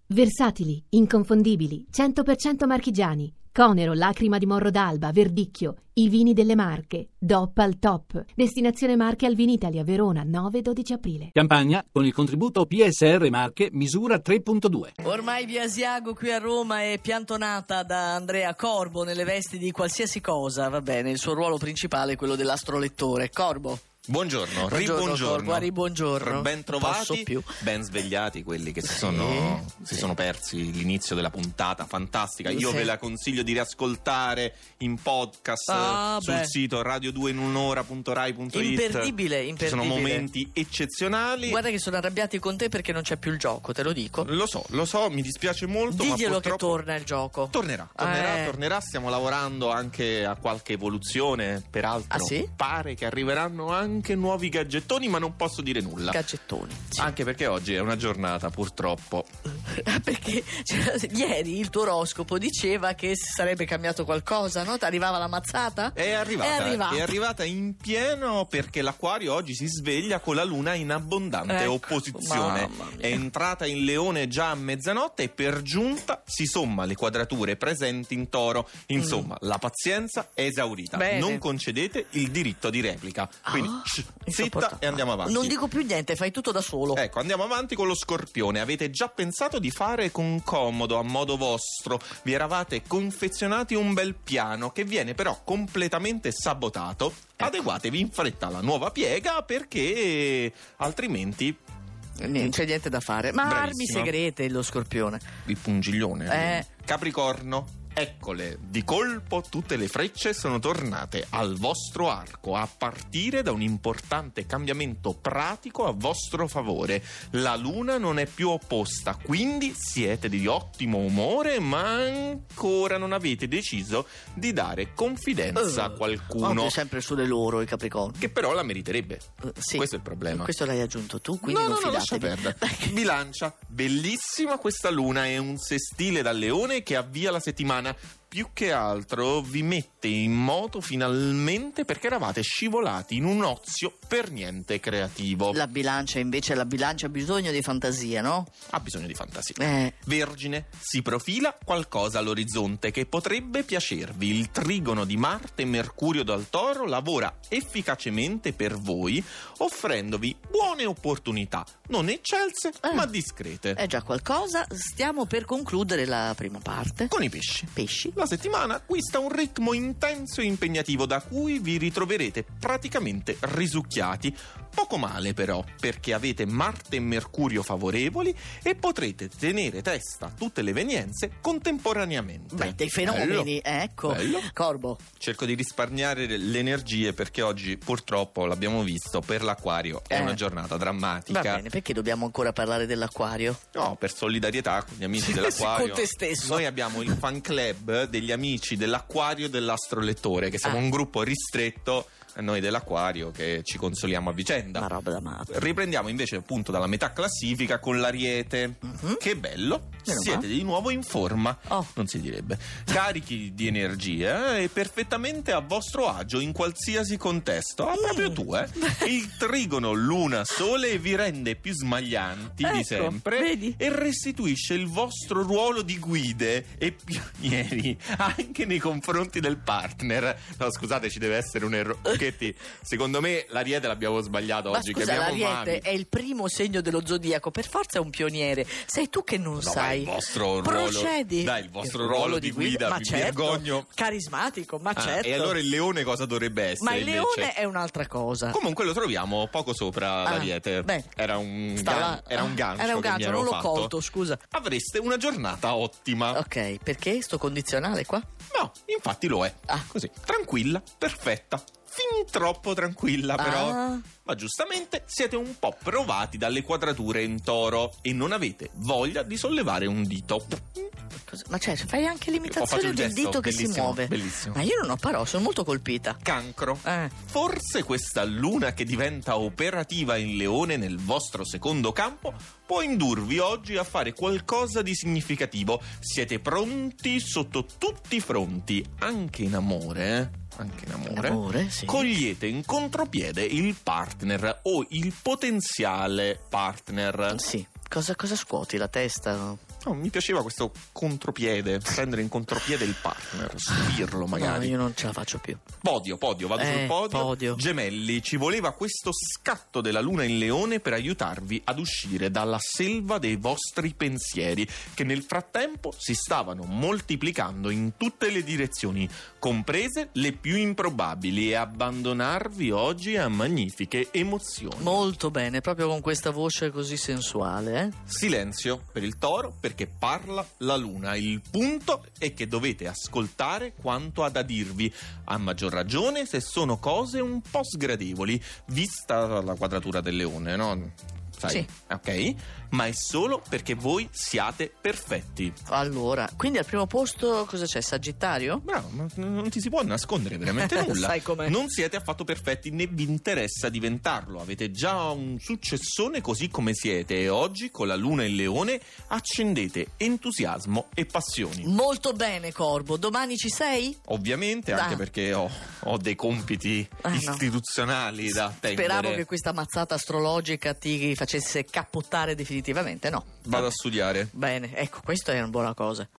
Versatili, inconfondibili, 100% marchigiani. Conero, Lacrima di Morro d'Alba, Verdicchio, i vini delle Marche, DOP al top. Destinazione Marche al Vinitalia, Verona, 9-12 aprile. Campagna con il contributo PSR Marche misura 3.2. Ormai via Asiago qui a Roma è piantonata da Andrea Corbo nelle vesti di qualsiasi cosa, va bene, il suo ruolo principale è quello dell'astrolettore. Corbo. Buongiorno, buongiorno. Ben trovati, ben svegliati quelli che si sono persi l'inizio della puntata fantastica. Io ve la consiglio di riascoltare in podcast sul sito radio2inunora.rai.it. Imperdibile. Ci sono momenti eccezionali. Guarda che sono arrabbiati con te perché non c'è più il gioco, te lo dico. Lo so, mi dispiace molto. Diglielo ma purtroppo che torna il gioco. Tornerà. Stiamo lavorando anche a qualche evoluzione. Peraltro pare che arriveranno anche nuovi gadgettoni, ma non posso dire nulla. Gadgettoni, sì. Anche perché oggi è una giornata purtroppo perché ieri il tuo oroscopo diceva che sarebbe cambiato qualcosa, no? Ti arrivava la mazzata? È arrivata in pieno, perché l'Acquario oggi si sveglia con la luna in abbondante opposizione. È entrata in Leone già a mezzanotte e per giunta si somma le quadrature presenti in Toro. Insomma, la pazienza è esaurita. Bene. Non concedete il diritto di replica. Quindi zitta e andiamo avanti. Non dico più niente, fai tutto da solo. Ecco, andiamo avanti con lo Scorpione. Avete già pensato di fare con comodo a modo vostro? Vi eravate confezionati un bel piano che viene però completamente sabotato. Adeguatevi in fretta alla nuova piega, perché altrimenti non c'è niente da fare. Ma bravissima. Armi segrete lo Scorpione. Il pungiglione. Capricorno. Eccole, di colpo tutte le frecce sono tornate al vostro arco, a partire da un importante cambiamento pratico a vostro favore. La luna non è più opposta, quindi siete di ottimo umore, ma ancora non avete deciso di dare confidenza a qualcuno. È sempre su di loro i Capricorni. Che però la meriterebbe. Sì. Questo è il problema. Questo l'hai aggiunto tu, quindi non fidatevi. Lascia perdere. Bilancia, bellissima questa luna, è un sestile da Leone che avvia la settimana. Più che altro vi mette in moto finalmente, perché eravate scivolati in un ozio per niente creativo. La bilancia invece, ha bisogno di fantasia, no? Ha bisogno di fantasia. Vergine, si profila qualcosa all'orizzonte che potrebbe piacervi. Il trigono di Marte e Mercurio dal Toro lavora efficacemente per voi, offrendovi buone opportunità, non eccelse ma discrete. È già qualcosa. Stiamo per concludere la prima parte con i pesci. Pesci. La settimana acquista un ritmo intenso e impegnativo, da cui vi ritroverete praticamente risucchiati. Poco male però, perché avete Marte e Mercurio favorevoli e potrete tenere testa a tutte le evenienze contemporaneamente. Dei fenomeni, ecco. Bello. Corbo. Cerco di risparmiare le energie, perché oggi purtroppo l'abbiamo visto, per l'Acquario è una giornata drammatica. Va bene, perché dobbiamo ancora parlare dell'Acquario? No, per solidarietà con gli amici dell'Acquario. Con te stesso. Noi abbiamo il fan club degli amici dell'Acquario e dell'Astrolettore, che siamo un gruppo ristretto, noi dell'Acquario, che ci consoliamo a vicenda. Una roba da matto. Riprendiamo invece appunto dalla metà classifica con l'Ariete. Che bello, siete di nuovo in forma, non si direbbe, carichi di energia e perfettamente a vostro agio in qualsiasi contesto. Proprio tu, Il trigono Luna-Sole vi rende più smaglianti di sempre, vedi? E restituisce il vostro ruolo di guide e pionieri anche nei confronti del partner. No, scusate, ci deve essere un errore. Secondo me l'Ariete l'abbiamo sbagliato oggi. Ma scusa, l'Ariete è il primo segno dello zodiaco, per forza è un pioniere. Sei tu che non sai. Il vostro procedi. Il vostro ruolo di guida, ma vi certo, vergogno. Carismatico, ma certo. E allora il Leone cosa dovrebbe essere? Ma il Leone invece è un'altra cosa. Comunque lo troviamo poco sopra l'Ariete. Era un gancio, non l'ho fatto. Colto, scusa. Avreste una giornata ottima. Ok, perché sto condizionale qua? No, infatti lo è. Così, tranquilla, perfetta. Fin troppo tranquilla però. Ma giustamente siete un po' provati dalle quadrature in Toro e non avete voglia di sollevare un dito. Ma fai anche l'imitazione del dito che si muove. Bellissimo. Ma io non ho parole, sono molto colpita. Cancro. Forse questa luna che diventa operativa in Leone nel vostro secondo campo può indurvi oggi a fare qualcosa di significativo. Siete pronti sotto tutti i fronti, anche in amore. Sì. Cogliete in contropiede il partner o il potenziale partner. Sì. Cosa scuoti la testa? No, mi piaceva questo contropiede, prendere in contropiede il partner, stupirlo magari. No, io non ce la faccio più. Podio, vado sul podio. Gemelli, ci voleva questo scatto della luna in Leone per aiutarvi ad uscire dalla selva dei vostri pensieri, che nel frattempo si stavano moltiplicando in tutte le direzioni, comprese le più improbabili, e abbandonarvi oggi a magnifiche emozioni. Molto bene, proprio con questa voce così sensuale, eh? Silenzio per il Toro, perché parla la luna. Il punto è che dovete ascoltare quanto ha da dirvi, a maggior ragione se sono cose un po' sgradevoli, vista la quadratura del leone, no? Sai? Sì. Ok? Ma è solo perché voi siate perfetti. Allora, quindi al primo posto cosa c'è? Sagittario? Bravo, ma non ti si può nascondere veramente nulla. Sai com'è. Non siete affatto perfetti, né vi interessa diventarlo. Avete già un successone così come siete, e oggi con la luna in Leone accendete entusiasmo e passioni. Molto bene, Corbo. Domani ci sei? Ovviamente, anche perché ho dei compiti istituzionali da attendere. Speravo che questa mazzata astrologica ti facesse cappottare definitivamente, no? Vado a studiare. Bene, ecco, questa è una buona cosa.